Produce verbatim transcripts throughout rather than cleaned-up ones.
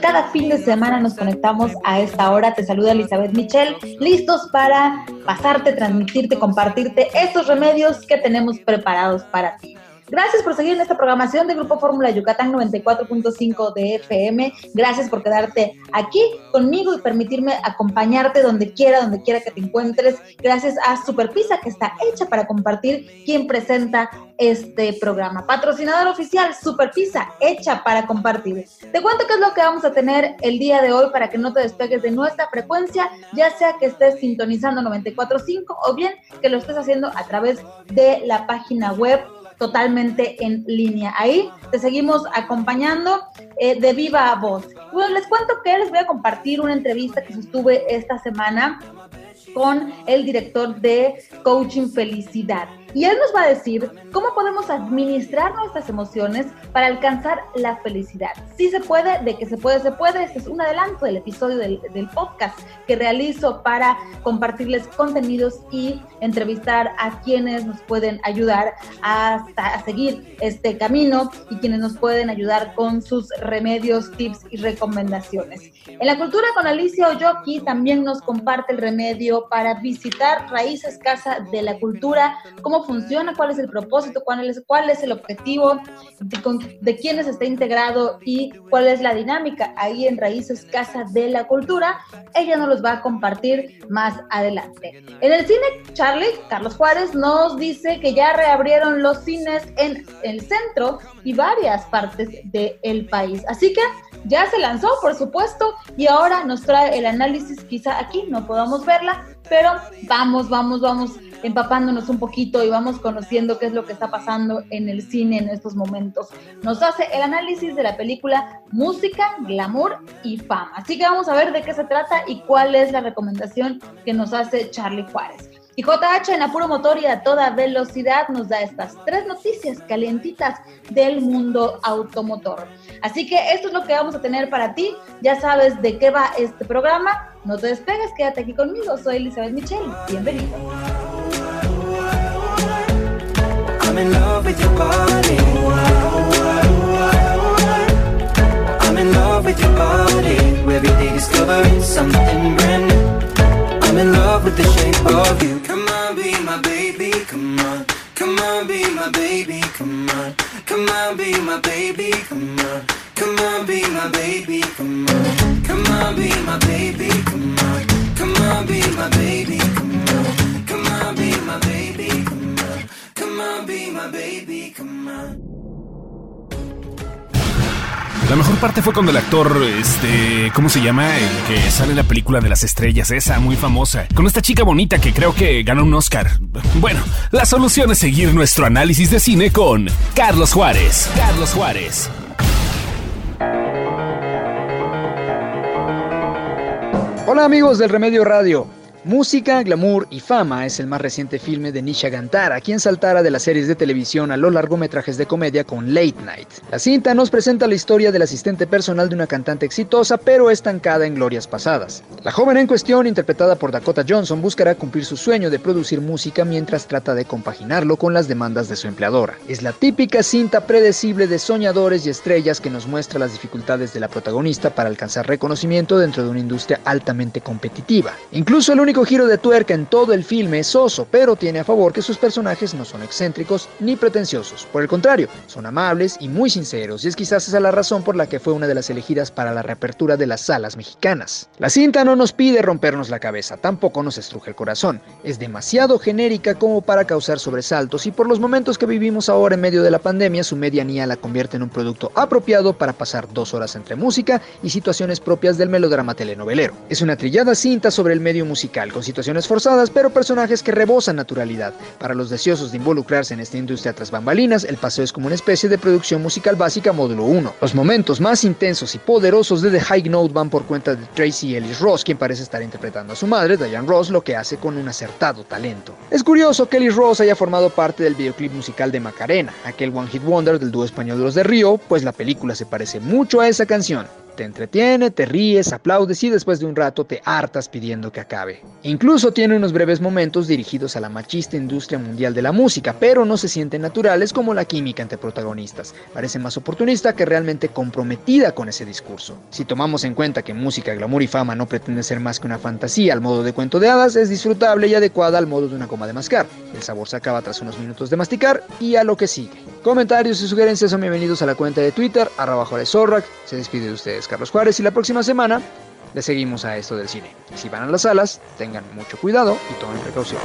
cada fin de semana nos conectamos a esta hora. Te saluda Elizabeth Michel, listos para pasarte, transmitirte, compartirte estos remedios que tenemos preparados para ti. Gracias por seguir en esta programación de Grupo Fórmula Yucatán noventa y cuatro punto cinco de F M. Gracias por quedarte aquí conmigo y permitirme acompañarte donde quiera, donde quiera que te encuentres. Gracias a Super Pizza, que está hecha para compartir, quien presenta este programa. Patrocinador oficial, Super Pizza, hecha para compartir. Te cuento qué es lo que vamos a tener el día de hoy para que no te despegues de nuestra frecuencia, ya sea que estés sintonizando noventa y cuatro punto cinco o bien que lo estés haciendo a través de la página web totalmente en línea. Ahí te seguimos acompañando eh, de viva voz. Bueno, les cuento que les voy a compartir una entrevista que sostuve esta semana con el director de Coaching Felicidad. Y él nos va a decir cómo podemos administrar nuestras emociones para alcanzar la felicidad. Sí se puede, de que se puede, se puede. Este es un adelanto del episodio del, del podcast que realizo para compartirles contenidos y entrevistar a quienes nos pueden ayudar a, a seguir este camino y quienes nos pueden ayudar con sus remedios, tips y recomendaciones. En la cultura con Alicia Oyoki también nos comparte el remedio para visitar Raíces Casa de la Cultura, cómo funciona, cuál es el propósito, cuál es, cuál es el objetivo, de, con, de quiénes está integrado y cuál es la dinámica ahí en Raíces Casa de la Cultura. Ella nos los va a compartir más adelante. En el cine, Charlie, Carlos Juárez, nos dice que ya reabrieron los cines en el centro y varias partes del país. Así que ya se lanzó, por supuesto, y ahora nos trae el análisis. Quizá aquí no podamos verla, pero vamos, vamos, vamos empapándonos un poquito y vamos conociendo qué es lo que está pasando en el cine en estos momentos. Nos hace el análisis de la película Música, Glamour y Fama. Así que vamos a ver de qué se trata y cuál es la recomendación que nos hace Charlie Juárez. Y J H en Apuro Motor y a toda velocidad nos da estas tres noticias calientitas del mundo automotor. Así que esto es lo que vamos a tener para ti. Ya sabes de qué va este programa. No te despegues, quédate aquí conmigo. Soy Elizabeth Michel. Bienvenido. I'm in love with your body. I'm in love with your body. Every day discovering something brand new. I'm in love with the shape of you. Come on, be my baby, come on. Come on, be my baby, come on. Come on, be my baby, come on. Come on, be my baby, come on. Come on, be my baby, come on. Come on, be my baby, come on. Come on, be my baby, come on. Come on, be my baby, come on. La mejor parte fue cuando el actor, este, ¿cómo se llama? El que sale en la película de las estrellas, esa muy famosa, con esta chica bonita que creo que ganó un Oscar. Bueno, la solución es seguir nuestro análisis de cine con Carlos Juárez. Carlos Juárez. Hola amigos del Remedio Radio. Música, Glamour y Fama es el más reciente filme de Nisha Gantara, quien saltara de las series de televisión a los largometrajes de comedia con Late Night. La cinta nos presenta la historia del asistente personal de una cantante exitosa, pero estancada en glorias pasadas. La joven en cuestión, interpretada por Dakota Johnson, buscará cumplir su sueño de producir música mientras trata de compaginarlo con las demandas de su empleadora. Es la típica cinta predecible de soñadores y estrellas que nos muestra las dificultades de la protagonista para alcanzar reconocimiento dentro de una industria altamente competitiva. Incluso el único giro de tuerca en todo el filme es soso, pero tiene a favor que sus personajes no son excéntricos ni pretenciosos. Por el contrario, son amables y muy sinceros, y es quizás esa la razón por la que fue una de las elegidas para la reapertura de las salas mexicanas. La cinta no nos pide rompernos la cabeza, tampoco nos estruje el corazón. Es demasiado genérica como para causar sobresaltos, y por los momentos que vivimos ahora en medio de la pandemia, su medianía la convierte en un producto apropiado para pasar dos horas entre música y situaciones propias del melodrama telenovelero. Es una trillada cinta sobre el medio musical, con situaciones forzadas, pero personajes que rebosan naturalidad. Para los deseosos de involucrarse en esta industria tras bambalinas, el paseo es como una especie de producción musical básica módulo uno. Los momentos más intensos y poderosos de The High Note van por cuenta de Tracy Ellis Ross, quien parece estar interpretando a su madre, Diane Ross, lo que hace con un acertado talento. Es curioso que Ellis Ross haya formado parte del videoclip musical de Macarena, aquel One Hit Wonder del dúo español Los de Río, pues la película se parece mucho a esa canción. Te entretiene, te ríes, aplaudes y después de un rato te hartas pidiendo que acabe. Incluso tiene unos breves momentos dirigidos a la machista industria mundial de la música, pero no se sienten naturales como la química entre protagonistas. Parece más oportunista que realmente comprometida con ese discurso. Si tomamos en cuenta que Música, Glamour y Fama no pretende ser más que una fantasía al modo de cuento de hadas, es disfrutable y adecuada al modo de una goma de mascar. El sabor se acaba tras unos minutos de masticar y a lo que sigue. Comentarios y sugerencias son bienvenidos a la cuenta de Twitter, arroba Juárez Zorrac. Se despide de ustedes Carlos Juárez y la próxima semana le seguimos a esto del cine. Si van a las salas, tengan mucho cuidado y tomen precauciones.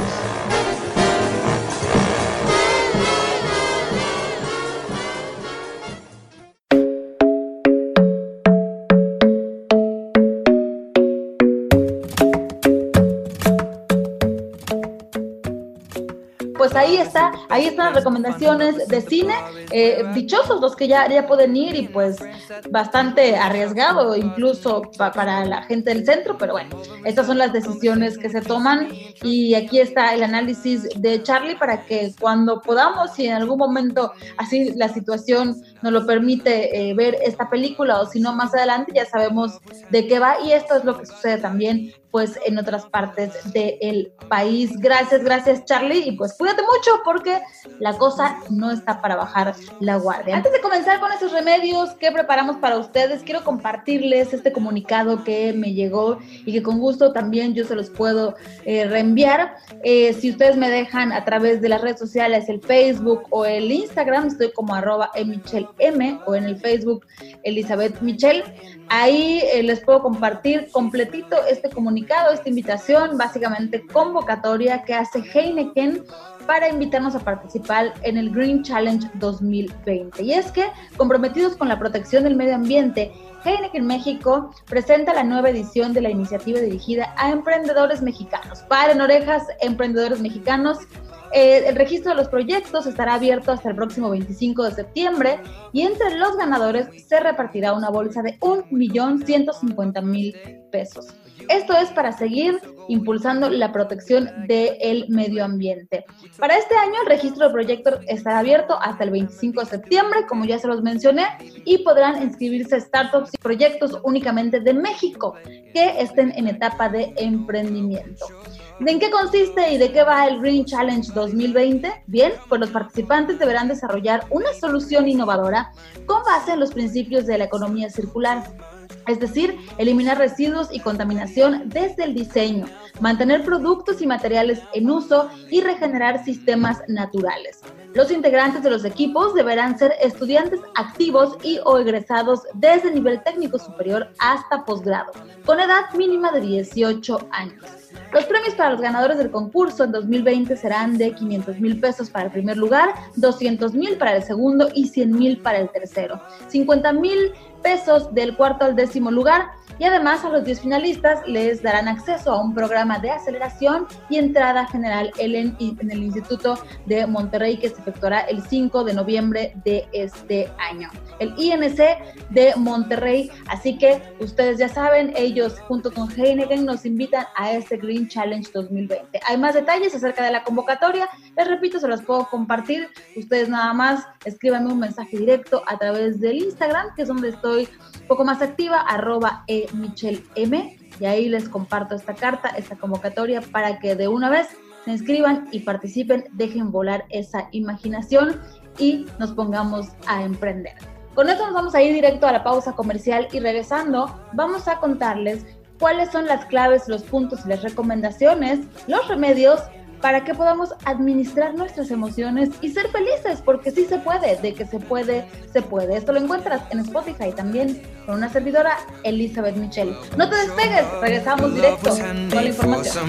Pues ahí está, ahí están las recomendaciones de cine, eh, dichosos los que ya, ya pueden ir y pues bastante arriesgado incluso pa, para la gente del centro, pero bueno, estas son las decisiones que se toman y aquí está el análisis de Charlie para que cuando podamos, si en algún momento así la situación nos lo permite eh, ver esta película o si no más adelante ya sabemos de qué va y esto es lo que sucede también pues en otras partes del país. Gracias, gracias Charlie y pues cuídate mucho porque la cosa no está para bajar la guardia. Antes de comenzar con esos remedios que preparamos para ustedes, quiero compartirles este comunicado que me llegó y que con gusto también yo se los puedo eh, reenviar. Eh, si ustedes me dejan a través de las redes sociales, el Facebook o el Instagram, estoy como arroba emichelm o en el Facebook Elizabeth Michel. Ahí eh, les puedo compartir completito este comunicado, esta invitación, básicamente convocatoria que hace Heineken para invitarnos a participar en el Green Challenge dos mil veinte. Y es que, comprometidos con la protección del medio ambiente, Heineken México presenta la nueva edición de la iniciativa dirigida a emprendedores mexicanos. Paren orejas, emprendedores mexicanos. Eh, el registro de los proyectos estará abierto hasta el próximo veinticinco de septiembre y entre los ganadores se repartirá una bolsa de un millón ciento cincuenta mil pesos. Esto es para seguir impulsando la protección del medio ambiente. Para este año el registro de proyectos estará abierto hasta el veinticinco de septiembre, como ya se los mencioné, y podrán inscribirse startups y proyectos únicamente de México que estén en etapa de emprendimiento. ¿En qué consiste y de qué va el Green Challenge dos mil veinte? Bien, pues los participantes deberán desarrollar una solución innovadora con base en los principios de la economía circular. Es decir, eliminar residuos y contaminación desde el diseño, mantener productos y materiales en uso y regenerar sistemas naturales. Los integrantes de los equipos deberán ser estudiantes activos y o egresados desde nivel técnico superior hasta posgrado, con edad mínima de dieciocho años. Los premios para los ganadores del concurso en dos mil veinte serán de quinientos mil pesos para el primer lugar, doscientos mil para el segundo y cien mil para el tercero, cincuenta mil pesos del cuarto al décimo lugar y además a los diez finalistas les darán acceso a un programa de aceleración y entrada general en, en el Instituto de Monterrey que se efectuará el cinco de noviembre de este año. El I N C de Monterrey, así que ustedes ya saben, ellos junto con Heineken nos invitan a este Green Challenge dos mil veinte. Hay más detalles acerca de la convocatoria, les repito, se los puedo compartir, ustedes nada más escríbanme un mensaje directo a través del Instagram, que es donde estoy un poco más activa, arroba emichelm, y ahí les comparto esta carta, esta convocatoria para que de una vez se inscriban y participen, dejen volar esa imaginación y nos pongamos a emprender. Con esto nos vamos a ir directo a la pausa comercial y regresando vamos a contarles cuáles son las claves, los puntos y las recomendaciones, los remedios para que podamos administrar nuestras emociones y ser felices, porque sí se puede, de que se puede, se puede. Esto lo encuentras en Spotify también con una servidora, Elizabeth Michel. No te despegues, regresamos directo con la información.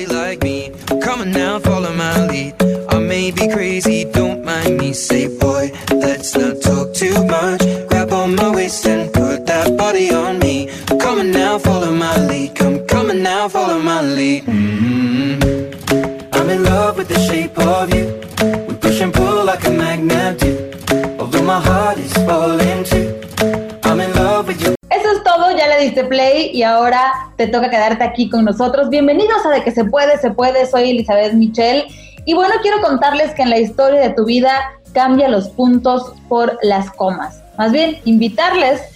I'm in love with the shape of you. We push and pull like a magnet do. Although my heart is falling too. I'm in love with you. Eso es todo, ya le diste play y ahora te toca quedarte aquí con nosotros. Bienvenidos a De Que Se Puede, Se Puede, soy Elizabeth Michel. Y bueno, quiero contarles que en la historia de tu vida cambia los puntos por las comas. Más bien, invitarles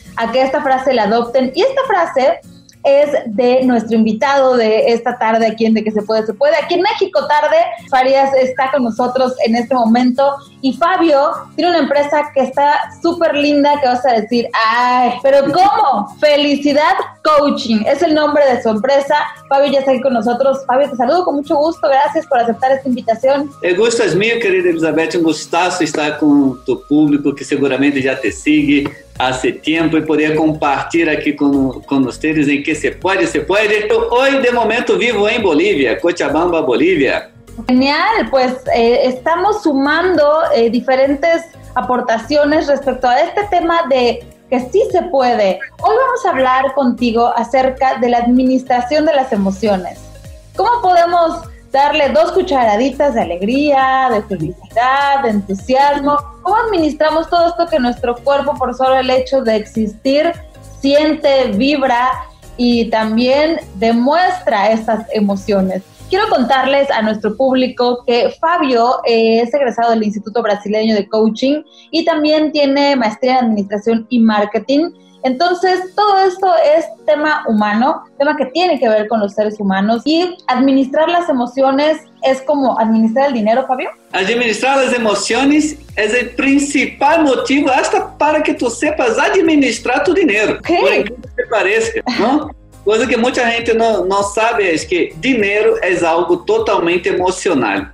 a que esta frase la adopten. Y esta frase es de nuestro invitado de esta tarde aquí en De Que Se Puede, Se Puede. Aquí en México Tarde, Farías está con nosotros en este momento y Fabio tiene una empresa que está súper linda, que vas a decir, ay, pero ¿cómo? Felicidad Coaching, es el nombre de su empresa. Fabio ya está aquí con nosotros. Fabio, te saludo con mucho gusto, gracias por aceptar esta invitación. El gusto es mío, querida Elizabeth, un gustazo estar con tu público que seguramente ya te sigue hace tiempo y poder compartir aquí con, con ustedes en Que Se Puede, Se Puede. Hoy de momento vivo en Bolivia, Cochabamba, Bolivia. Genial, pues eh, estamos sumando eh, diferentes aportaciones respecto a este tema de que sí se puede. Hoy vamos a hablar contigo acerca de la administración de las emociones. ¿Cómo podemos darle dos cucharaditas de alegría, de felicidad, de entusiasmo? ¿Cómo administramos todo esto que nuestro cuerpo, por solo el hecho de existir, siente, vibra y también demuestra estas emociones? Quiero contarles a nuestro público que Fabio eh, es egresado del Instituto Brasileño de Coaching y también tiene maestría en Administración y Marketing. Entonces, todo esto es tema humano, tema que tiene que ver con los seres humanos, y administrar las emociones es como administrar el dinero, Fabio. Administrar las emociones es el principal motivo hasta para que tú sepas administrar tu dinero. Okay. Por incrível que parezca, ¿no? Coisa que mucha gente no, no sabe es que dinero es algo totalmente emocional.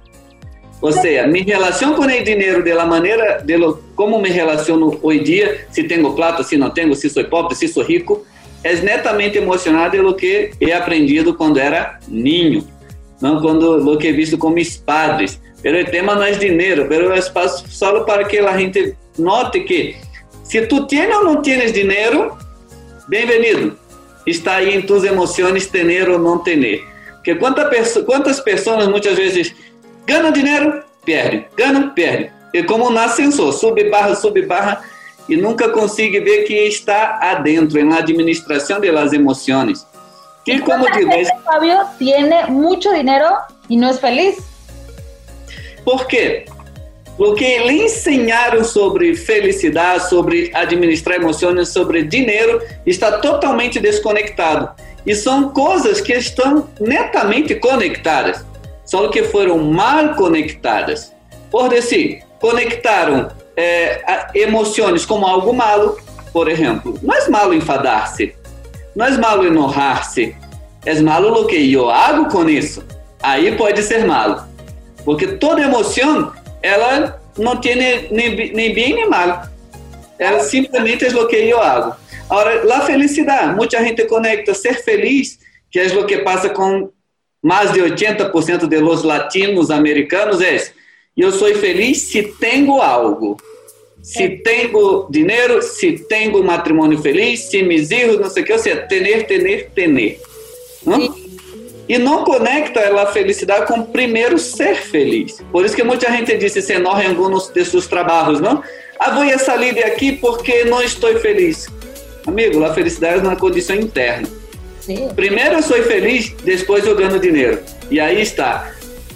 O sea, mi relación con el dinero, de la manera, de lo, como me relaciono hoy día, si tengo plata, si no tengo, si soy pobre, si soy rico, es netamente emocional de lo que he aprendido cuando era niño, ¿no? Cuando lo que he visto con mis padres. Pero el tema no es dinero, pero es solo para que la gente note que si tú tienes o no tienes dinero, bienvenido. Está ahí en tus emociones tener o no tener. Que cuántas, perso- cuántas personas muchas veces ganam dinheiro, perde, ganam, perde. É como um ascensor, sube, barra, sube, barra, e nunca consegue ver que está adentro, na administração das emoções. Que, como digo, gente, Fabio, tiene mucho dinero y no es feliz. ¿Por quê? O que lhe ensinaram sobre felicidade, sobre administrar emoções, sobre dinheiro, está totalmente desconectado. E são coisas que estão netamente conectadas. Só que foram mal conectadas. Por decir, conectaram é, emoções como algo malo, por exemplo. Não é malo enfadar-se, não é malo enojar-se, é malo o que eu hago com isso. Aí pode ser malo, porque toda emoção, ela não tem nem, nem bem nem mal. Ela simplesmente é o que eu hago. Agora, a felicidade, muita gente conecta ser feliz, que é o que passa com mais de oitenta por cento de los latinos americanos, é eu sou feliz se tenho algo, se tenho dinheiro, se tenho matrimônio feliz, se meus filhos, não sei o que, ou seja, tener, tener, tener. Não? E não conecta a felicidade com primeiro ser feliz. Por isso que muita gente diz se enoja em alguns de seus trabalhos, não? Ah, vou sair de aqui porque não estou feliz. Amigo, a felicidade é uma condição interna. Sim. Primeiro eu sou feliz, depois eu ganho dinheiro. E aí está.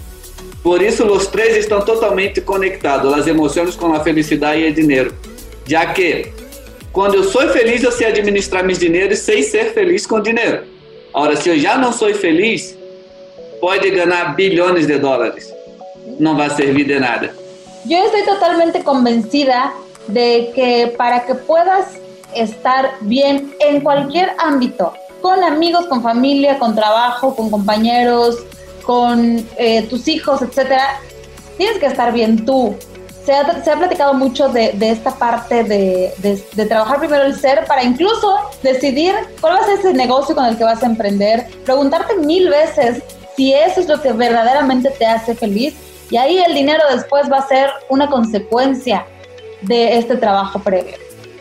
Por isso, os três estão totalmente conectados, as emoções com a felicidade e o dinheiro. Já que, quando eu sou feliz, eu sei administrar meus dinheiros e sei ser feliz com dinheiro. Agora, se eu já não sou feliz, pode ganhar bilhões de dólares. Não vai servir de nada. Yo estoy totalmente convencida de que para que puedas estar bien en cualquier ámbito, con amigos, con familia, con trabajo, con compañeros, con eh, tus hijos, etcétera, tienes que estar bien tú. Se ha, se ha platicado mucho de, de esta parte de, de, de trabajar primero el ser para incluso decidir cuál va a ser ese negocio con el que vas a emprender, preguntarte mil veces si eso es lo que verdaderamente te hace feliz, y ahí el dinero después va a ser una consecuencia de este trabajo previo.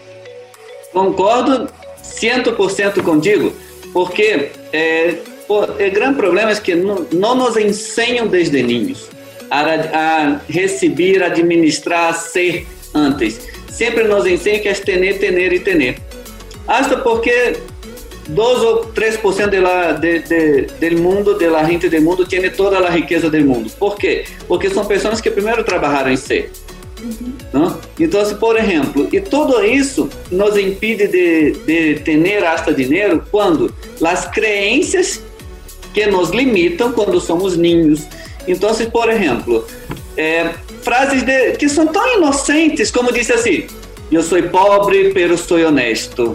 Concordo cem por cento contigo, porque é, o, o grande problema é que não, não nos ensinam desde niños a, a receber, administrar, ser antes. Sempre nos ensinam que é tener, tener e tener. Hasta porque dois ou três por cento de la, de, de, del mundo, de la gente del mundo, tem toda a riqueza del mundo. ¿Por quê? Porque são pessoas que primeiro trabalharam em ser. Uhum. ¿no? Entonces, por ejemplo, y todo eso nos impide de, de tener hasta dinero cuando las creencias que nos limitam quando somos niños. Então, por exemplo, é, frases de, que são tão inocentes como diz assim: eu sou pobre, pero sou honesto.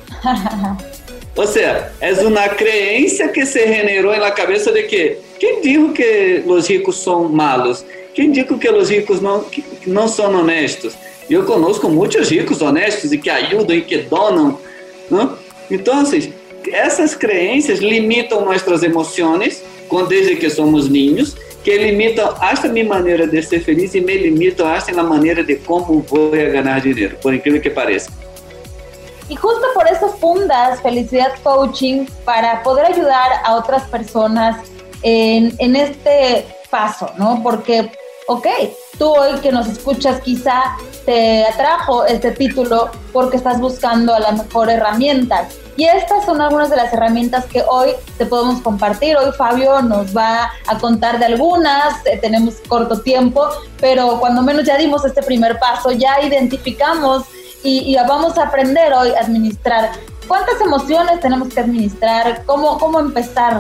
Ou seja, é uma crença que se generou na cabeça de que quem diz que os ricos são malos? Quem diz que os ricos não, que não são honestos? Eu conosco muitos ricos honestos e que ajudam e que donam, não? Então, essas crenças limitam nossas emoções desde que somos niños, que limitam hasta minha maneira de ser feliz e me limitam hasta na maneira de como vou ganhar dinheiro, por incrível que pareça. Y justo por eso fundas Felicidad Coaching, para poder ayudar a otras personas en, en este paso, ¿no? Porque, ok, tú hoy que nos escuchas quizá te atrajo este título porque estás buscando a la mejor herramientas. Y estas son algunas de las herramientas que hoy te podemos compartir. Hoy Fabio nos va a contar de algunas, eh, tenemos corto tiempo, pero cuando menos ya dimos este primer paso, ya identificamos y, y vamos a aprender hoy a administrar. ¿Cuántas emociones tenemos que administrar? ¿Cómo, cómo empezar?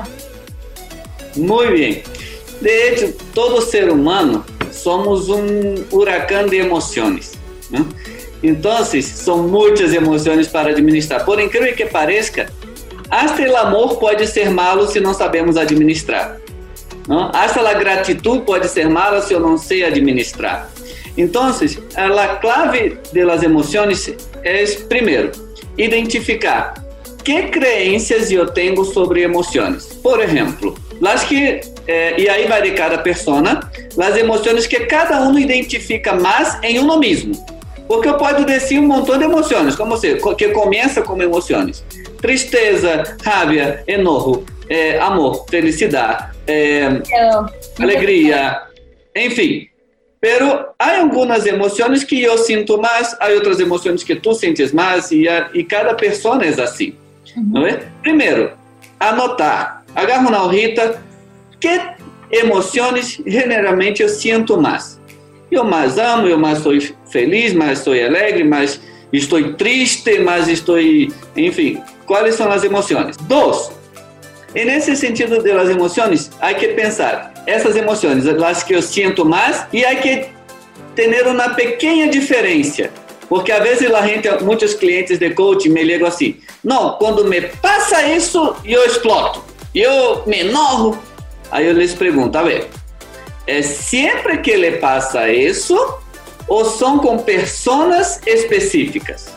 Muy bien. De hecho, todo ser humano somos un huracán de emociones, ¿no? Entonces, son muchas emociones para administrar. Por incrível que parezca, hasta el amor pode ser malo se não sabemos administrar, ¿no? Hasta la gratitud pode ser mala se eu não sei administrar. Entonces, a clave de las emociones es, primero, identificar qué creencias yo tengo sobre emociones. Por ejemplo, las que, eh, y ahí va de cada persona, las emociones que cada uno identifica más en uno mismo. Porque eu posso dizer um montão de emoções, como você, que começa como emoções: tristeza, raiva, enojo, é, amor, felicidade, é, alegria, enfim. Pero há algumas emoções que eu sinto mais, há outras emoções que tu sentes mais, e, a, e cada pessoa é assim. Uhum. Não é? Primeiro, anotar. Agarra uma hojita, que emoções generalmente eu sinto mais. Eu mais amo, eu mais sou feliz, mais sou alegre, mais estou triste, mais estou... Enfim, quais são as emoções? Dois, e nesse sentido das emoções, há que pensar essas emoções, as que eu sinto mais, e há que ter uma pequena diferença. Porque às vezes a gente, muitos clientes de coaching me ligam assim: não, quando me passa isso, eu exploto, eu me enojo. Aí eu lhes pergunto, a ver, é sempre que lhe passa isso ou são com pessoas específicas?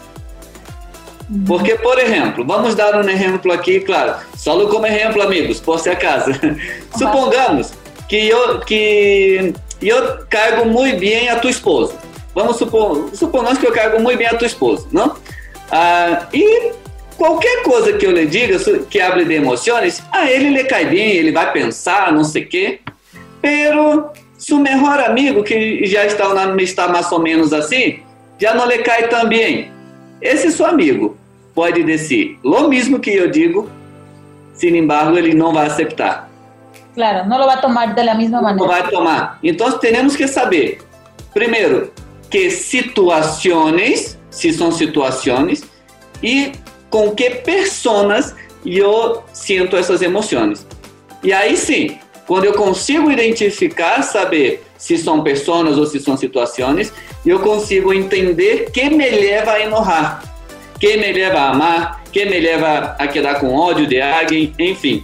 Porque, por exemplo, vamos dar um exemplo aqui, claro, só como exemplo, amigos, por se acaso. Supongamos que eu, que eu cargo muito bem a tua esposa. Vamos supor, supongamos que eu cargo muito bem a tua esposa, não? Ah, e qualquer coisa que eu lhe diga que hable de emoções, a ele lhe cai bem, ele vai pensar, não sei o quê. Pero seu melhor amigo, que já está, está mais ou menos assim, já não lhe cai tão bem. Esse seu amigo pode dizer o mesmo que eu digo, sin embargo, ele não vai aceitar. Claro, não lo vai tomar da mesma maneira. Não vai tomar. Então, temos que saber, primeiro, que situações, se são situações, e com que pessoas eu sinto essas emoções. E aí sim, quando eu consigo identificar, saber se são pessoas ou se são situações, eu consigo entender que me leva a enojar, que me leva a amar, que me leva a quedar com ódio de alguém, enfim.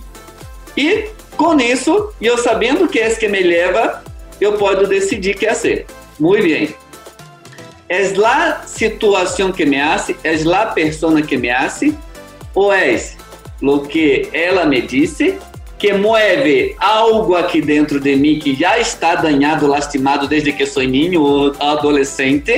E com isso, eu sabendo que é que me leva, eu posso decidir que é ser. Muito bem. É a situação que me hace, é a pessoa que me hace, ou é o que ela me disse, que mueve algo aqui dentro de mim que já está danhado, lastimado desde que sou niño ou adolescente.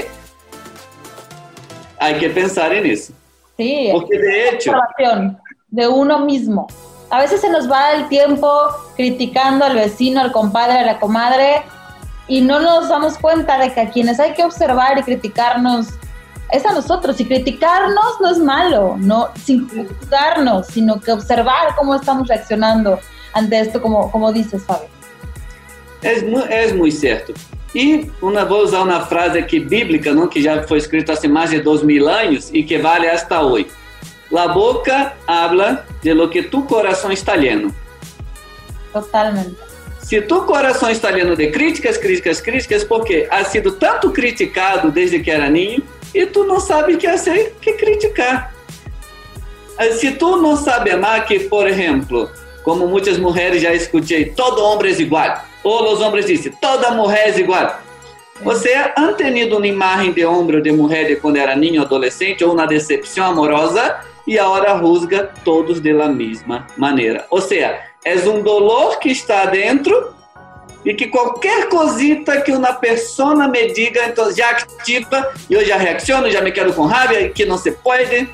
Há que pensar nisso. Sí, porque de hecho, de uno mismo. A veces se nos va el tiempo criticando al vecino, al compadre, a la comadre, y no nos damos cuenta de que a quienes hay que observar y criticarnos es a nosotros. Y criticarnos no es malo, no sin juzgarnos, sino que observar cómo estamos reaccionando ante esto, como, como dices, Fabio. É, é muito certo. E uma, vou usar uma frase aqui bíblica, não, que já foi escrita há mais de dois mil anos e que vale hasta hoje. La boca habla de lo que tu coração está lleno. Totalmente. Se tu coração está lleno de críticas, críticas, críticas, porque has sido tanto criticado desde que era niño e tu não sabe que hacer que criticar. Se tu não sabe amar, que, por exemplo, como muitas mulheres já escutei, todo homem é igual. Ou os homens dizem, toda mulher é igual. Você han tenido uma imagem de homem ou de mulher de quando era niño, adolescente, ou uma decepção amorosa, e agora juzga todos de la mesma maneira. Ou seja, é um dolor que está dentro e que qualquer cosita que uma pessoa me diga, então já ativa, e eu já reacciono, já me quedo com raiva, e que não se pode.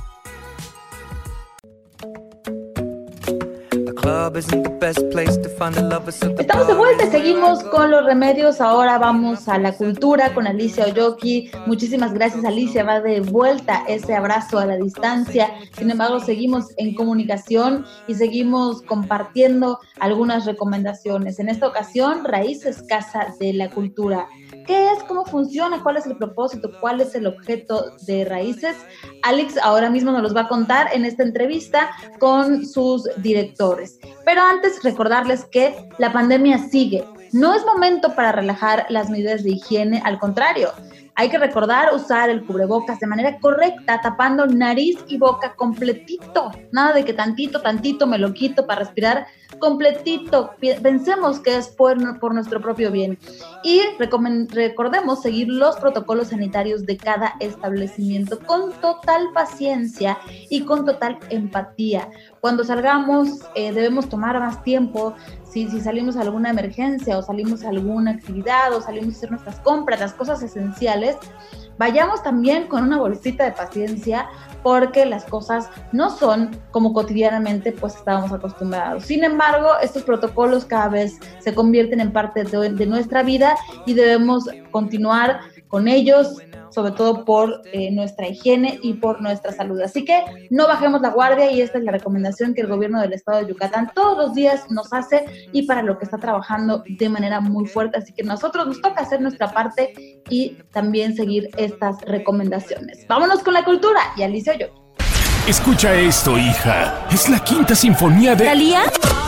Estamos de vuelta y seguimos con los remedios. Ahora vamos a la cultura con Alicia Oyoki. Muchísimas gracias, Alicia. Va de vuelta ese abrazo a la distancia. Sin embargo, seguimos en comunicación y seguimos compartiendo algunas recomendaciones. En esta ocasión, Raíces Casa de la Cultura. ¿Qué es? ¿Cómo funciona? ¿Cuál es el propósito? ¿Cuál es el objeto de Raíces? Alex ahora mismo nos los va a contar en esta entrevista con sus directores. Pero antes, recordarles que la pandemia sigue. No es momento para relajar las medidas de higiene, al contrario. Hay que recordar usar el cubrebocas de manera correcta, tapando nariz y boca completito. Nada de que tantito, tantito me lo quito para respirar. Completito. Pensemos que es por, por nuestro propio bien. Y recomend- recordemos seguir los protocolos sanitarios de cada establecimiento con total paciencia y con total empatía. Cuando salgamos eh, debemos tomar más tiempo. Si, si salimos a alguna emergencia o salimos a alguna actividad o salimos a hacer nuestras compras, las cosas esenciales, vayamos también con una bolsita de paciencia, porque las cosas no son como cotidianamente pues estábamos acostumbrados. Sin embargo, estos protocolos cada vez se convierten en parte de, de nuestra vida y debemos continuar con ellos, sobre todo por eh, nuestra higiene y por nuestra salud. Así que no bajemos la guardia, y esta es la recomendación que el gobierno del estado de Yucatán todos los días nos hace y para lo que está trabajando de manera muy fuerte. Así que nosotros nos toca hacer nuestra parte y también seguir estas recomendaciones. Vámonos con la cultura y Alicia Oyoki. Escucha esto, hija. Es la quinta sinfonía de... ¿Talía?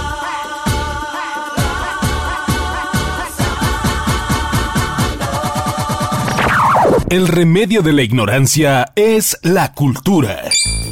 El remedio de la ignorancia es la cultura.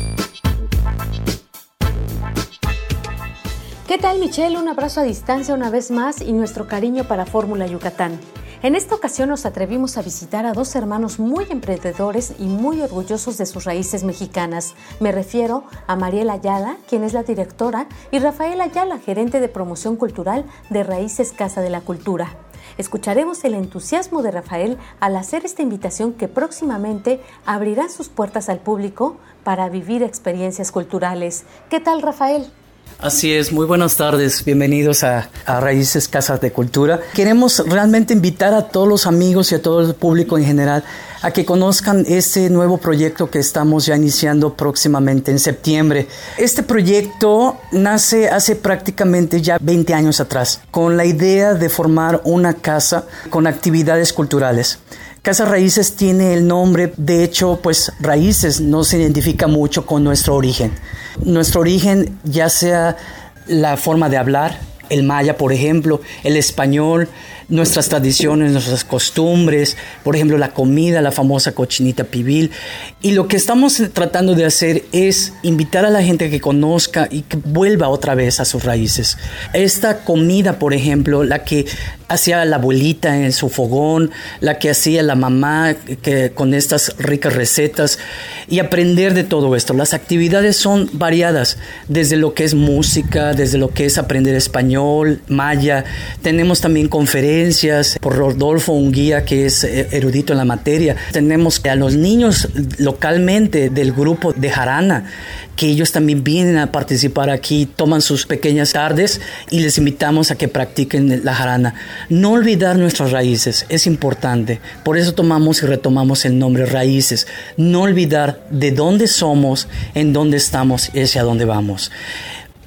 ¿Qué tal, Michelle? Un abrazo a distancia una vez más y nuestro cariño para Fórmula Yucatán. En esta ocasión nos atrevimos a visitar a dos hermanos muy emprendedores y muy orgullosos de sus raíces mexicanas. Me refiero a Mariela Ayala, quien es la directora, y Rafael Ayala, gerente de promoción cultural de Raíces Casa de la Cultura. Escucharemos el entusiasmo de Rafael al hacer esta invitación que próximamente abrirá sus puertas al público para vivir experiencias culturales. ¿Qué tal, Rafael? Así es, muy buenas tardes, bienvenidos a, a Raíces Casas de Cultura. Queremos realmente invitar a todos los amigos y a todo el público en general a que conozcan este nuevo proyecto que estamos ya iniciando próximamente en septiembre. Este proyecto nace hace prácticamente ya veinte años atrás, con la idea de formar una casa con actividades culturales. Casa Raíces tiene el nombre, de hecho, pues Raíces no se identifica mucho con nuestro origen. Nuestro origen, ya sea la forma de hablar, el maya, por ejemplo, el español, nuestras tradiciones, nuestras costumbres, por ejemplo, la comida, la famosa cochinita pibil. Y lo que estamos tratando de hacer es invitar a la gente que conozca y que vuelva otra vez a sus raíces. Esta comida, por ejemplo, la que hacía la abuelita en su fogón, la que hacía la mamá que, con estas ricas recetas, y aprender de todo esto. Las actividades son variadas, desde lo que es música, desde lo que es aprender español, maya. Tenemos también conferencias por Rodolfo, un guía que es erudito en la materia. Tenemos a los niños localmente del grupo de jarana, que ellos también vienen a participar aquí, toman sus pequeñas tardes y les invitamos a que practiquen la jarana. No olvidar nuestras raíces es importante, por eso tomamos y retomamos el nombre Raíces. No olvidar de dónde somos, en dónde estamos y hacia dónde vamos.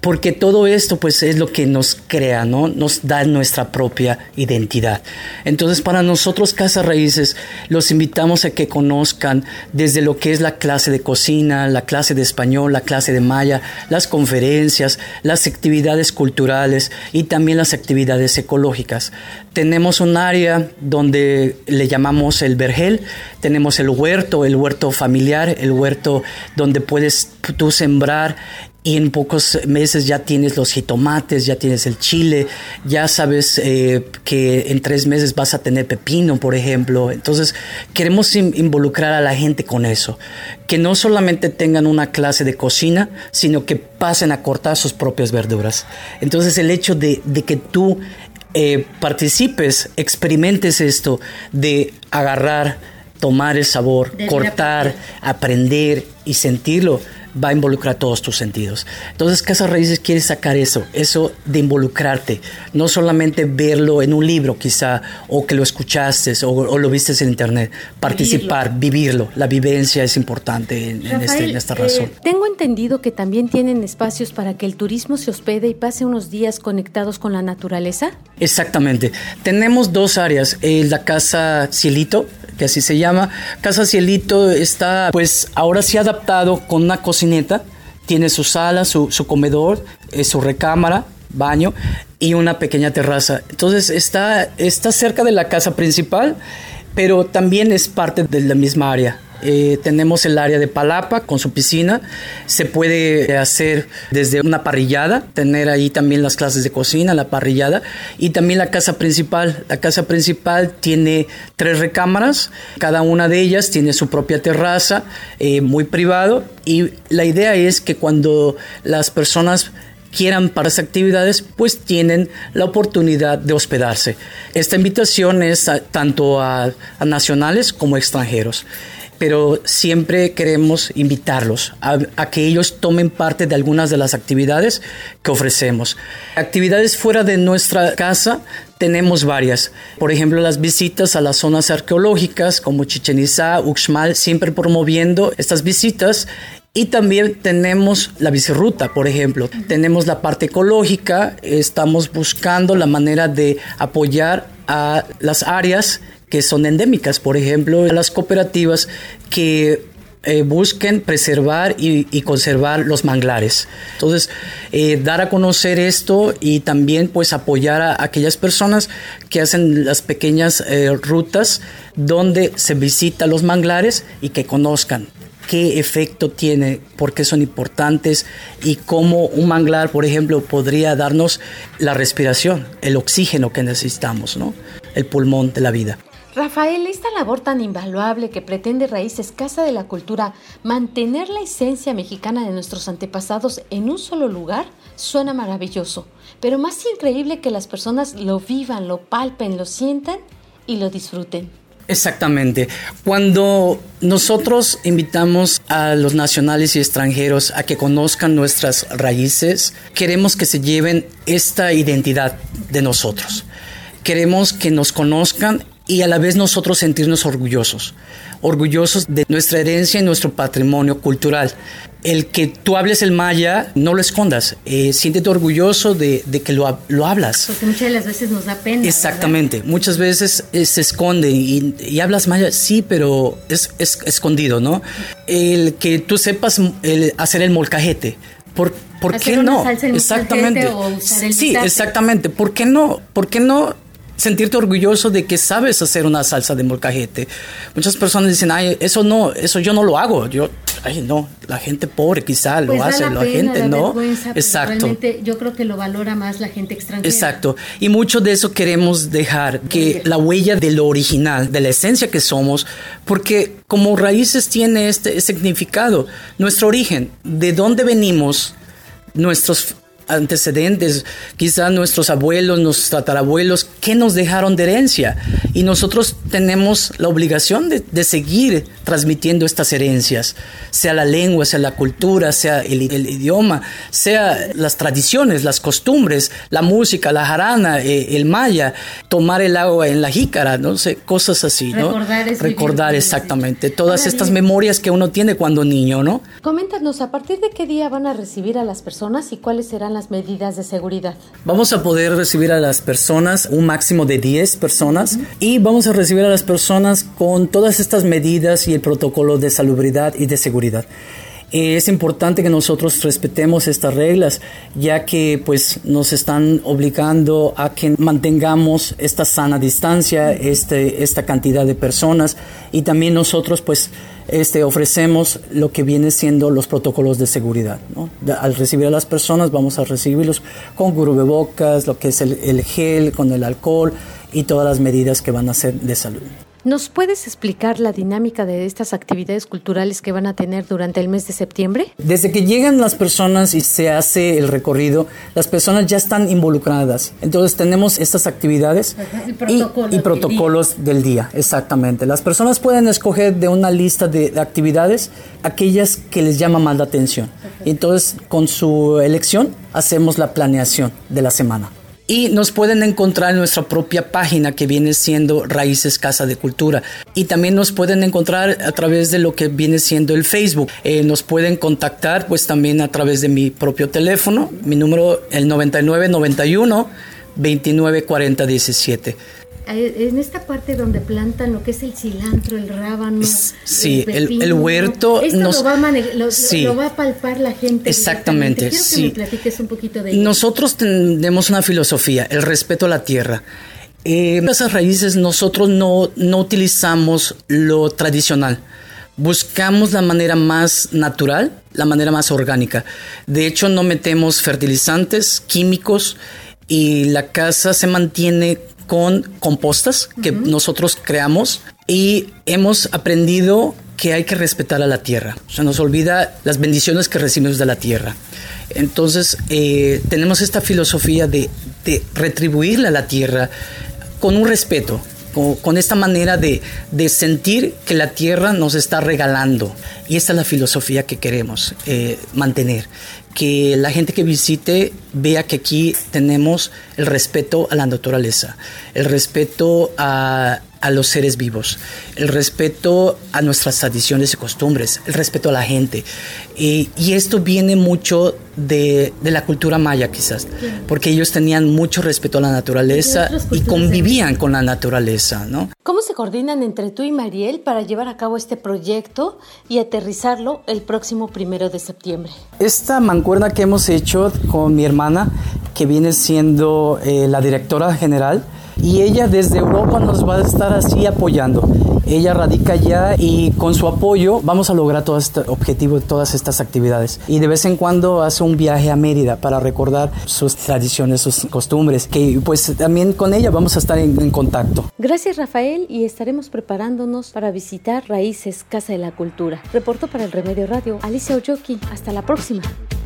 porque todo esto pues es lo que nos crea, ¿no? Nos da nuestra propia identidad. Entonces, para nosotros Casa Raíces los invitamos a que conozcan desde lo que es la clase de cocina, la clase de español, la clase de maya, las conferencias, las actividades culturales y también las actividades ecológicas. Tenemos un área donde le llamamos el vergel, tenemos el huerto, el huerto familiar, el huerto donde puedes tú sembrar y en pocos meses ya tienes los jitomates, ya tienes el chile, ya sabes eh, que en tres meses vas a tener pepino, por ejemplo. Entonces queremos in- involucrar a la gente con eso, que no solamente tengan una clase de cocina, sino que pasen a cortar sus propias verduras. Entonces el hecho de, de que tú eh, participes, experimentes esto de agarrar, tomar el sabor, de cortar, aprender y sentirlo, va a involucrar todos tus sentidos. Entonces Casa Raíces quiere sacar eso, eso de involucrarte, no solamente verlo en un libro quizá, o que lo escuchaste o, o lo viste en internet, participar, vivirlo, vivirlo. La vivencia es importante en, Rafael, en, este, en esta razón. Eh, tengo entendido que también tienen espacios para que el turismo se hospede y pase unos días conectados con la naturaleza. Exactamente, tenemos dos áreas, eh, la Casa Cielito, que así se llama. Casa Cielito está, pues, ahora sí adaptado con una cocineta. Tiene su sala, su, su comedor, eh, su recámara, baño y una pequeña terraza. Entonces está, está cerca de la casa principal, pero también es parte de la misma área. Eh, tenemos el área de palapa con su piscina. Se puede hacer desde una parrillada, tener ahí también las clases de cocina, la parrillada, y también la casa principal. La casa principal tiene tres recámaras, cada una de ellas tiene su propia terraza, eh, muy privado, y la idea es que cuando las personas quieran para esas actividades, pues tienen la oportunidad de hospedarse. Esta invitación es a, tanto a, a nacionales como extranjeros, pero siempre queremos invitarlos a, a que ellos tomen parte de algunas de las actividades que ofrecemos. Actividades fuera de nuestra casa tenemos varias. Por ejemplo, las visitas a las zonas arqueológicas como Chichén Itzá, Uxmal, siempre promoviendo estas visitas. Y también tenemos la bicirruta, por ejemplo. Tenemos la parte ecológica. Estamos buscando la manera de apoyar a las áreas que son endémicas, por ejemplo, las cooperativas que eh, busquen preservar y, y conservar los manglares. Entonces, eh, dar a conocer esto y también pues apoyar a, a aquellas personas que hacen las pequeñas eh, rutas donde se visita los manglares y que conozcan qué efecto tiene, por qué son importantes y cómo un manglar, por ejemplo, podría darnos la respiración, el oxígeno que necesitamos, ¿no? El pulmón de la vida. Rafael, esta labor tan invaluable que pretende Raíces Casa de la Cultura mantener la esencia mexicana de nuestros antepasados en un solo lugar suena maravilloso, pero más increíble que las personas lo vivan, lo palpen, lo sientan y lo disfruten. Exactamente. Cuando nosotros invitamos a los nacionales y extranjeros a que conozcan nuestras raíces, queremos que se lleven esta identidad de nosotros. Queremos que nos conozcan y a la vez nosotros sentirnos orgullosos, orgullosos de nuestra herencia y nuestro patrimonio cultural. El que tú hables el maya, no lo escondas, eh, siéntete orgulloso de, de que lo, lo hablas. Porque muchas de las veces nos da pena. Exactamente, ¿verdad? Muchas veces eh, se esconde y, y hablas maya, sí, pero es, es escondido, ¿no? El que tú sepas el, hacer el molcajete. ¿Por, ¿por qué no? Exactamente. O usar el sí, bitate. Exactamente. ¿Por qué no? ¿Por qué no sentirte orgulloso de que sabes hacer una salsa de molcajete? Muchas personas dicen, ay, eso no, eso yo no lo hago. Yo, ay, no, la gente pobre quizá lo pues hace, la, la pena, gente la no. Vergüenza, exacto. Realmente yo creo que lo valora más la gente extranjera. Exacto. Y mucho de eso queremos dejar, que la huella de lo original, de la esencia que somos, porque como Raíces tiene este significado, nuestro origen, de dónde venimos, nuestros antecedentes, quizás nuestros abuelos, nuestros tatarabuelos, ¿qué nos dejaron de herencia? Y nosotros tenemos la obligación de, de seguir transmitiendo estas herencias, sea la lengua, sea la cultura, sea el, el idioma, sea las tradiciones, las costumbres, la música, la jarana, eh, el maya, tomar el agua en la jícara, no sé, cosas así, ¿no? Recordar es Recordar vivir, exactamente, todas Ahora estas bien, memorias que uno tiene cuando niño, ¿no? Coméntanos, ¿a partir de qué día van a recibir a las personas y cuáles serán serán las medidas de seguridad? Vamos a poder recibir a las personas, un máximo de diez personas, uh-huh. y vamos a recibir a las personas con todas estas medidas y el protocolo de salubridad y de seguridad. Es importante que nosotros respetemos estas reglas, ya que pues nos están obligando a que mantengamos esta sana distancia, este, esta cantidad de personas, y también nosotros pues este, ofrecemos lo que viene siendo los protocolos de seguridad, ¿no? Al recibir a las personas vamos a recibirlos con cubrebocas, lo que es el, el gel, con el alcohol y todas las medidas que van a ser de salud. ¿Nos puedes explicar la dinámica de estas actividades culturales que van a tener durante el mes de septiembre? Desde que llegan las personas y se hace el recorrido, las personas ya están involucradas. Entonces tenemos estas actividades y protocolos, y, y protocolos del, día. del día, exactamente. Las personas pueden escoger de una lista de actividades aquellas que les llama más la atención. Y entonces con su elección hacemos la planeación de la semana. Y nos pueden encontrar en nuestra propia página que viene siendo Raíces Casa de Cultura. Y también nos pueden encontrar a través de lo que viene siendo el Facebook. Eh, nos pueden contactar pues también a través de mi propio teléfono. Mi número el noventa y nueve noventa y uno veintinueve cuarenta diecisiete. En esta parte donde plantan lo que es el cilantro, el rábano, sí, el, pepino, el, el huerto. Esto nos, lo, va a mane- lo, sí, lo va a palpar la gente. Exactamente. Quiero sí. que me platiques un poquito de ello. Nosotros tenemos una filosofía, el respeto a la tierra. Eh, en esas raíces nosotros no, no utilizamos lo tradicional. Buscamos la manera más natural, la manera más orgánica. De hecho, no metemos fertilizantes, químicos, y la casa se mantiene con compostas que uh-huh. nosotros creamos, y hemos aprendido que hay que respetar a la tierra. Se nos olvida las bendiciones que recibimos de la tierra. Entonces eh, tenemos esta filosofía de, de retribuirle a la tierra con un respeto, con, con esta manera de, de sentir que la tierra nos está regalando. Y esta es la filosofía que queremos eh, mantener. Que la gente que visite vea que aquí tenemos el respeto a la naturaleza, el respeto a, a los seres vivos, el respeto a nuestras tradiciones y costumbres, el respeto a la gente. Y, y esto viene mucho de, de la cultura maya quizás, porque ellos tenían mucho respeto a la naturaleza y convivían con la naturaleza, ¿no? ¿Cómo se coordinan entre tú y Mariel para llevar a cabo este proyecto y aterrizarlo el próximo primero de septiembre? Esta mancuerna que hemos hecho con mi hermana, que viene siendo eh, la directora general, y ella desde Europa nos va a estar así apoyando. Ella radica allá y con su apoyo vamos a lograr todo este objetivo de todas estas actividades. Y de vez en cuando hace un viaje a Mérida para recordar sus tradiciones, sus costumbres, que pues también con ella vamos a estar en, en contacto. Gracias, Rafael, y estaremos preparándonos para visitar Raíces Casa de la Cultura. Reportó para El Remedio Radio, Alicia Oyoki. Hasta la próxima.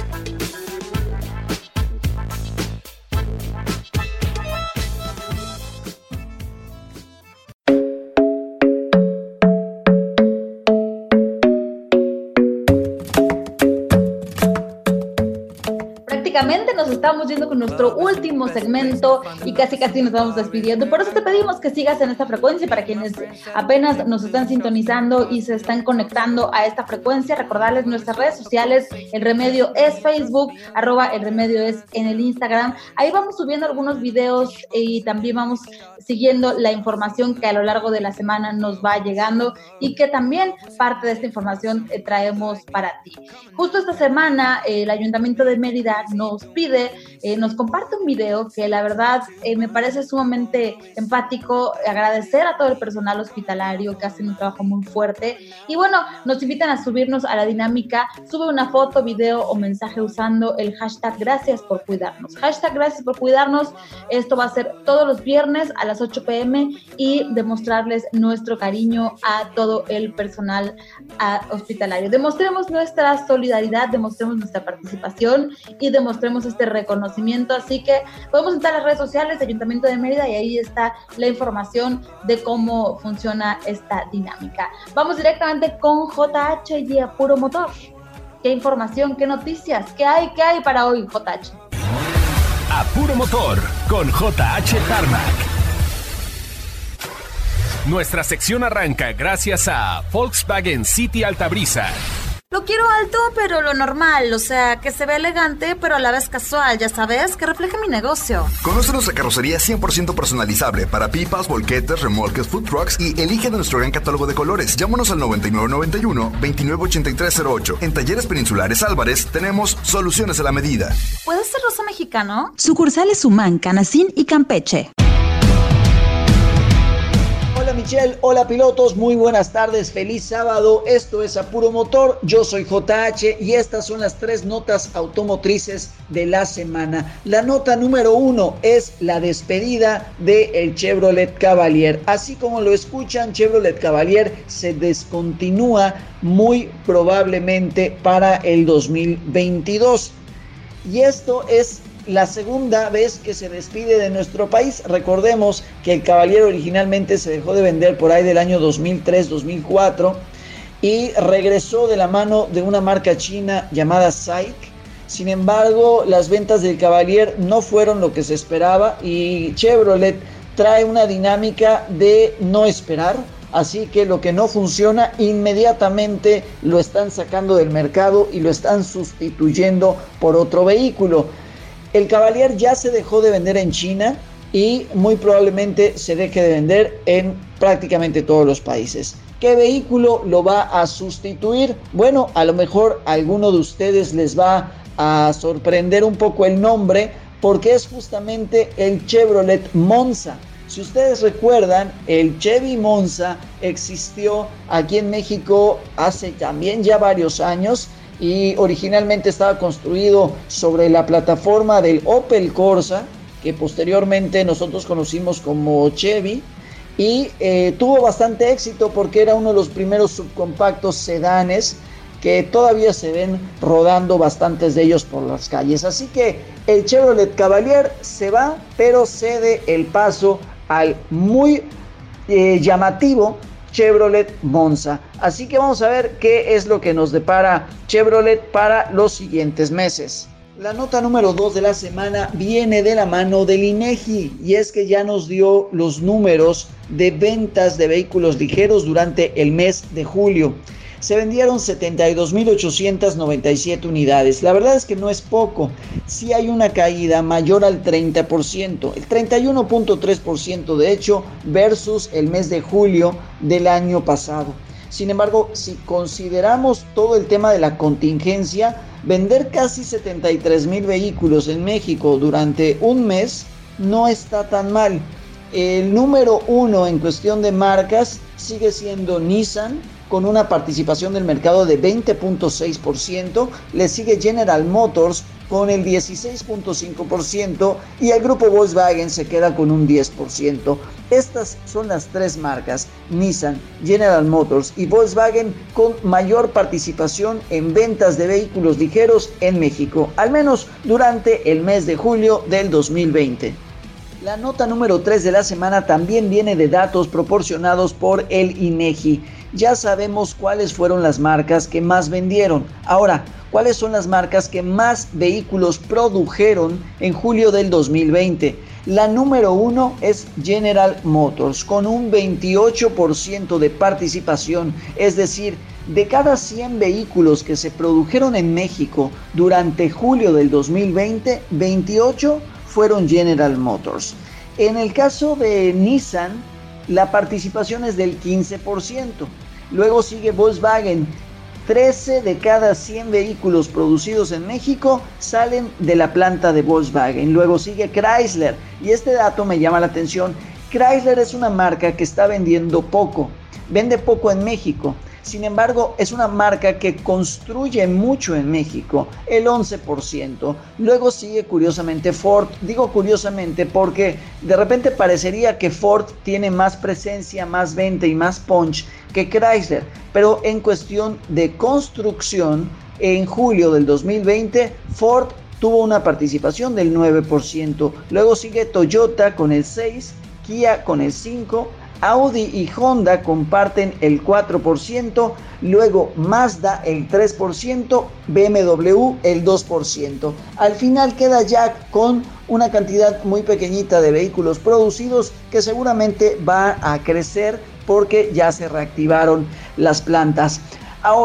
Nos estamos yendo con nuestro último segmento y casi casi nos vamos despidiendo. Por eso te pedimos que sigas en esta frecuencia. Para quienes apenas nos están sintonizando y se están conectando a esta frecuencia, recordarles nuestras redes sociales. El Remedio es Facebook, arroba El Remedio es en el Instagram. Ahí vamos subiendo algunos videos y también vamos siguiendo la información que a lo largo de la semana nos va llegando y que también parte de esta información eh, traemos para ti. Justo esta semana eh, el Ayuntamiento de Mérida nos pide, eh, nos comparte un video que la verdad eh, me parece sumamente empático. Agradecer a todo el personal hospitalario que hacen un trabajo muy fuerte y bueno, nos invitan a subirnos a la dinámica. Sube una foto, video o mensaje usando el hashtag Gracias por Cuidarnos. Hashtag Gracias por Cuidarnos. Esto va a ser todos los viernes a las ocho pm y demostrarles nuestro cariño a todo el personal a, hospitalario. Demostremos nuestra solidaridad, demostremos nuestra participación y demostremos este reconocimiento. Así que podemos entrar a las redes sociales de Ayuntamiento de Mérida y ahí está la información de cómo funciona esta dinámica. Vamos directamente con J H y a Puro Motor. ¿Qué información, qué noticias, qué hay, qué hay para hoy, J H? A Puro Motor con J H Tarmac. Nuestra sección arranca gracias a Volkswagen City Altabrisa. Lo quiero alto, pero lo normal, o sea, que se ve elegante, pero a la vez casual, ya sabes, que refleje mi negocio. Conoce nuestra carrocería cien por ciento personalizable para pipas, volquetes, remolques, food trucks y elige de nuestro gran catálogo de colores. Llámanos al noventa y nueve noventa y uno, veintinueve ochenta y tres cero ocho. En Talleres Peninsulares Álvarez tenemos soluciones a la medida. ¿Puede ser rosa mexicano? Sucursales Humán, Canacín y Campeche. Hola Michelle, hola pilotos, muy buenas tardes, feliz sábado, esto es A Puro Motor, yo soy J H y estas son las tres notas automotrices de la semana. La nota número uno es la despedida del Chevrolet Cavalier. Así como lo escuchan, Chevrolet Cavalier se descontinúa muy probablemente para el dos mil veintidós. Y esto es la segunda vez que se despide de nuestro país. Recordemos que el Cavalier originalmente se dejó de vender por ahí del año dos mil tres dos mil cuatro y regresó de la mano de una marca china llamada SAIC. Sin embargo, las ventas del Cavalier no fueron lo que se esperaba y Chevrolet trae una dinámica de no esperar. Así que lo que no funciona, inmediatamente lo están sacando del mercado y lo están sustituyendo por otro vehículo. El Cavalier ya se dejó de vender en China y muy probablemente se deje de vender en prácticamente todos los países. ¿Qué vehículo lo va a sustituir? Bueno, a lo mejor a alguno de ustedes les va a sorprender un poco el nombre porque es justamente el Chevrolet Monza. Si ustedes recuerdan, el Chevy Monza existió aquí en México hace también ya varios años y originalmente estaba construido sobre la plataforma del Opel Corsa, que posteriormente nosotros conocimos como Chevy, y eh, tuvo bastante éxito porque era uno de los primeros subcompactos sedanes que todavía se ven rodando bastantes de ellos por las calles. Así que el Chevrolet Cavalier se va, pero cede el paso al muy eh, llamativo Chevrolet Monza. Así que vamos a ver qué es lo que nos depara Chevrolet para los siguientes meses. La nota número dos de la semana viene de la mano del INEGI y es que ya nos dio los números de ventas de vehículos ligeros durante el mes de julio. Se vendieron setenta y dos mil ochocientas noventa y siete unidades. La verdad es que no es poco. Sí hay una caída mayor al treinta por ciento, el treinta y uno punto tres por ciento de hecho, versus el mes de julio del año pasado. Sin embargo, si consideramos todo el tema de la contingencia, vender casi setenta y tres mil vehículos en México durante un mes no está tan mal. El número uno en cuestión de marcas sigue siendo Nissan, con una participación del mercado de veinte punto seis por ciento, le sigue General Motors con el dieciséis punto cinco por ciento y el grupo Volkswagen se queda con un diez por ciento. Estas son las tres marcas, Nissan, General Motors y Volkswagen, con mayor participación en ventas de vehículos ligeros en México, al menos durante el mes de julio del dos mil veinte. La nota número tres de la semana también viene de datos proporcionados por el INEGI. Ya sabemos cuáles fueron las marcas que más vendieron. Ahora, ¿cuáles son las marcas que más vehículos produjeron en julio del dos mil veinte? La número uno es General Motors, con un veintiocho por ciento de participación, es decir, de cada cien vehículos que se produjeron en México durante julio del dos mil veinte, veintiocho fueron General Motors. En el caso de Nissan, la participación es del quince por ciento. Luego sigue Volkswagen. trece de cada cien vehículos producidos en México salen de la planta de Volkswagen. Luego sigue Chrysler. Y este dato me llama la atención. Chrysler es una marca que está vendiendo poco. Vende poco en México. Sin embargo, es una marca que construye mucho en México, el once por ciento. Luego sigue curiosamente Ford. Digo curiosamente porque de repente parecería que Ford tiene más presencia, más venta y más punch que Chrysler. Pero en cuestión de construcción, en julio del dos mil veinte, Ford tuvo una participación del nueve por ciento. Luego sigue Toyota con el seis por ciento, Kia con el cinco por ciento. Audi y Honda comparten el cuatro por ciento, luego Mazda el tres por ciento, B M W el dos por ciento. Al final queda Jack con una cantidad muy pequeñita de vehículos producidos que seguramente va a crecer porque ya se reactivaron las plantas. Ahora,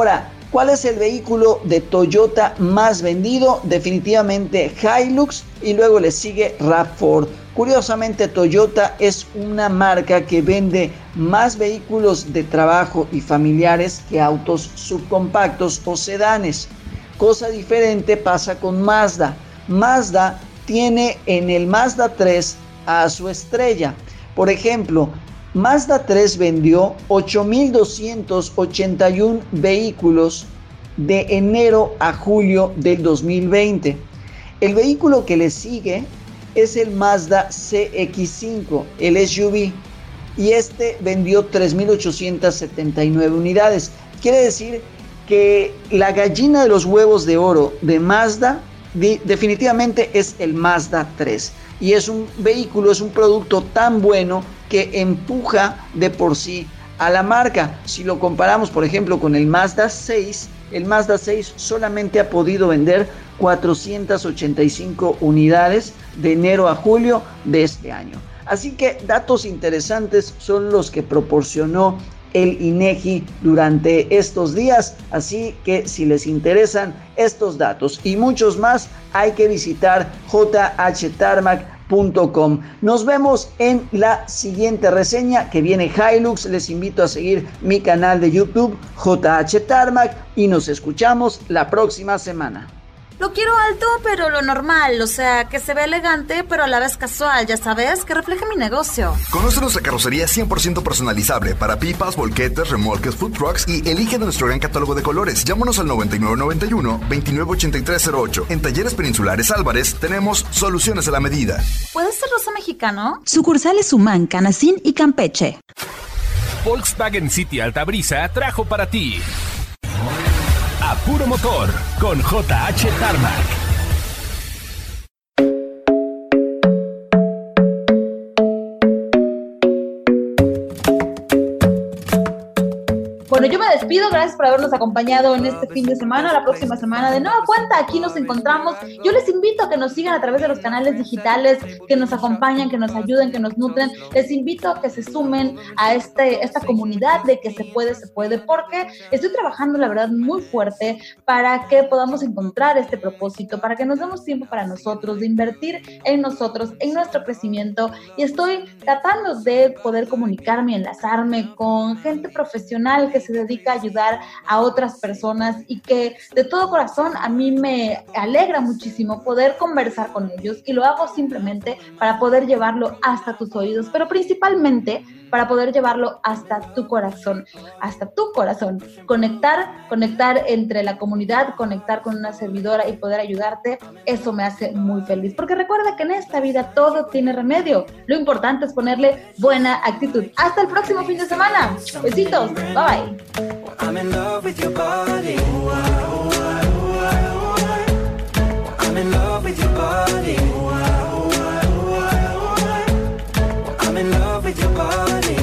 ¿Cuál es el vehículo de Toyota más vendido? Definitivamente Hilux, y luego le sigue RAV cuatro. Curiosamente, Toyota es una marca que vende más vehículos de trabajo y familiares que autos subcompactos o sedanes. Cosa diferente pasa con Mazda. Mazda tiene en el Mazda tres a su estrella. Por ejemplo, Mazda tres vendió ocho mil doscientos ochenta y uno vehículos de enero a julio del dos mil veinte. El vehículo que le sigue es el Mazda C X cinco, el S U V, y este vendió tres mil ochocientas setenta y nueve unidades. Quiere decir que la gallina de los huevos de oro de Mazda de, definitivamente es el Mazda tres, y es un vehículo, es un producto tan bueno que empuja de por sí a la marca. Si lo comparamos, por ejemplo, con el Mazda seis, el Mazda seis solamente ha podido vender cuatrocientas ochenta y cinco unidades de enero a julio de este año. Así que datos interesantes son los que proporcionó el INEGI durante estos días, así que si les interesan estos datos y muchos más, hay que visitar j h tarmac punto com. Nos vemos en la siguiente reseña, que viene Hilux. Les invito a seguir mi canal de YouTube J H Tarmac y nos escuchamos la próxima semana. Lo quiero alto, pero lo normal, o sea, que se ve elegante, pero a la vez casual, ya sabes, que refleje mi negocio. Conoce nuestra carrocería cien por ciento personalizable para pipas, volquetes, remolques, food trucks y elige de nuestro gran catálogo de colores. Llámanos al noventa y nueve noventa y uno, veintinueve ochenta y tres cero ocho. En Talleres Peninsulares Álvarez tenemos soluciones a la medida. ¿Puede ser rosa mexicano? Sucursales Humán, Canacín y Campeche. Volkswagen City Altabrisa trajo para ti A Puro Motor con J H Tarmac. Bueno, yo me despido, gracias por habernos acompañado en este fin de semana. La próxima semana de nueva cuenta aquí nos encontramos. Yo les invito a que nos sigan a través de los canales digitales, que nos acompañan, que nos ayuden, que nos nutren. Les invito a que se sumen a este, esta comunidad de que se puede, se puede, porque estoy trabajando, la verdad, muy fuerte para que podamos encontrar este propósito, para que nos demos tiempo para nosotros, de invertir en nosotros, en nuestro crecimiento, y estoy tratando de poder comunicarme, enlazarme con gente profesional que se dedica a ayudar a otras personas y que de todo corazón a mí me alegra muchísimo poder conversar con ellos, y lo hago simplemente para poder llevarlo hasta tus oídos, pero principalmente para poder llevarlo hasta tu corazón, hasta tu corazón, conectar, conectar entre la comunidad, conectar con una servidora y poder ayudarte. Eso me hace muy feliz, porque recuerda que en esta vida todo tiene remedio. Lo importante es ponerle buena actitud. Hasta el próximo fin de semana. Besitos, bye bye. I'm in love with your body. I'm in love with your body. I'm in love with your body.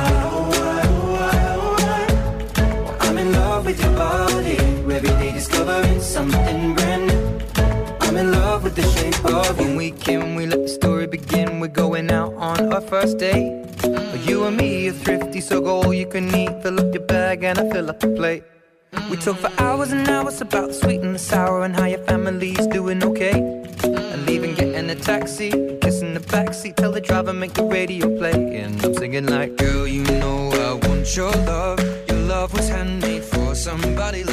I'm in love with your body. Every day discovering something brand new. I'm in love with the shape of you. When we can, we let the story begin. We're going out on our first date. You and me are thrifty, so go all you can eat. Fill up your bag and I fill up the plate. We talk for hours and hours about the sweet and the sour and how your family's doing okay. And leaving, getting a taxi, kissing the backseat, tell the driver make the radio play. And I'm singing like, girl, you know I want your love. Your love was handmade for somebody like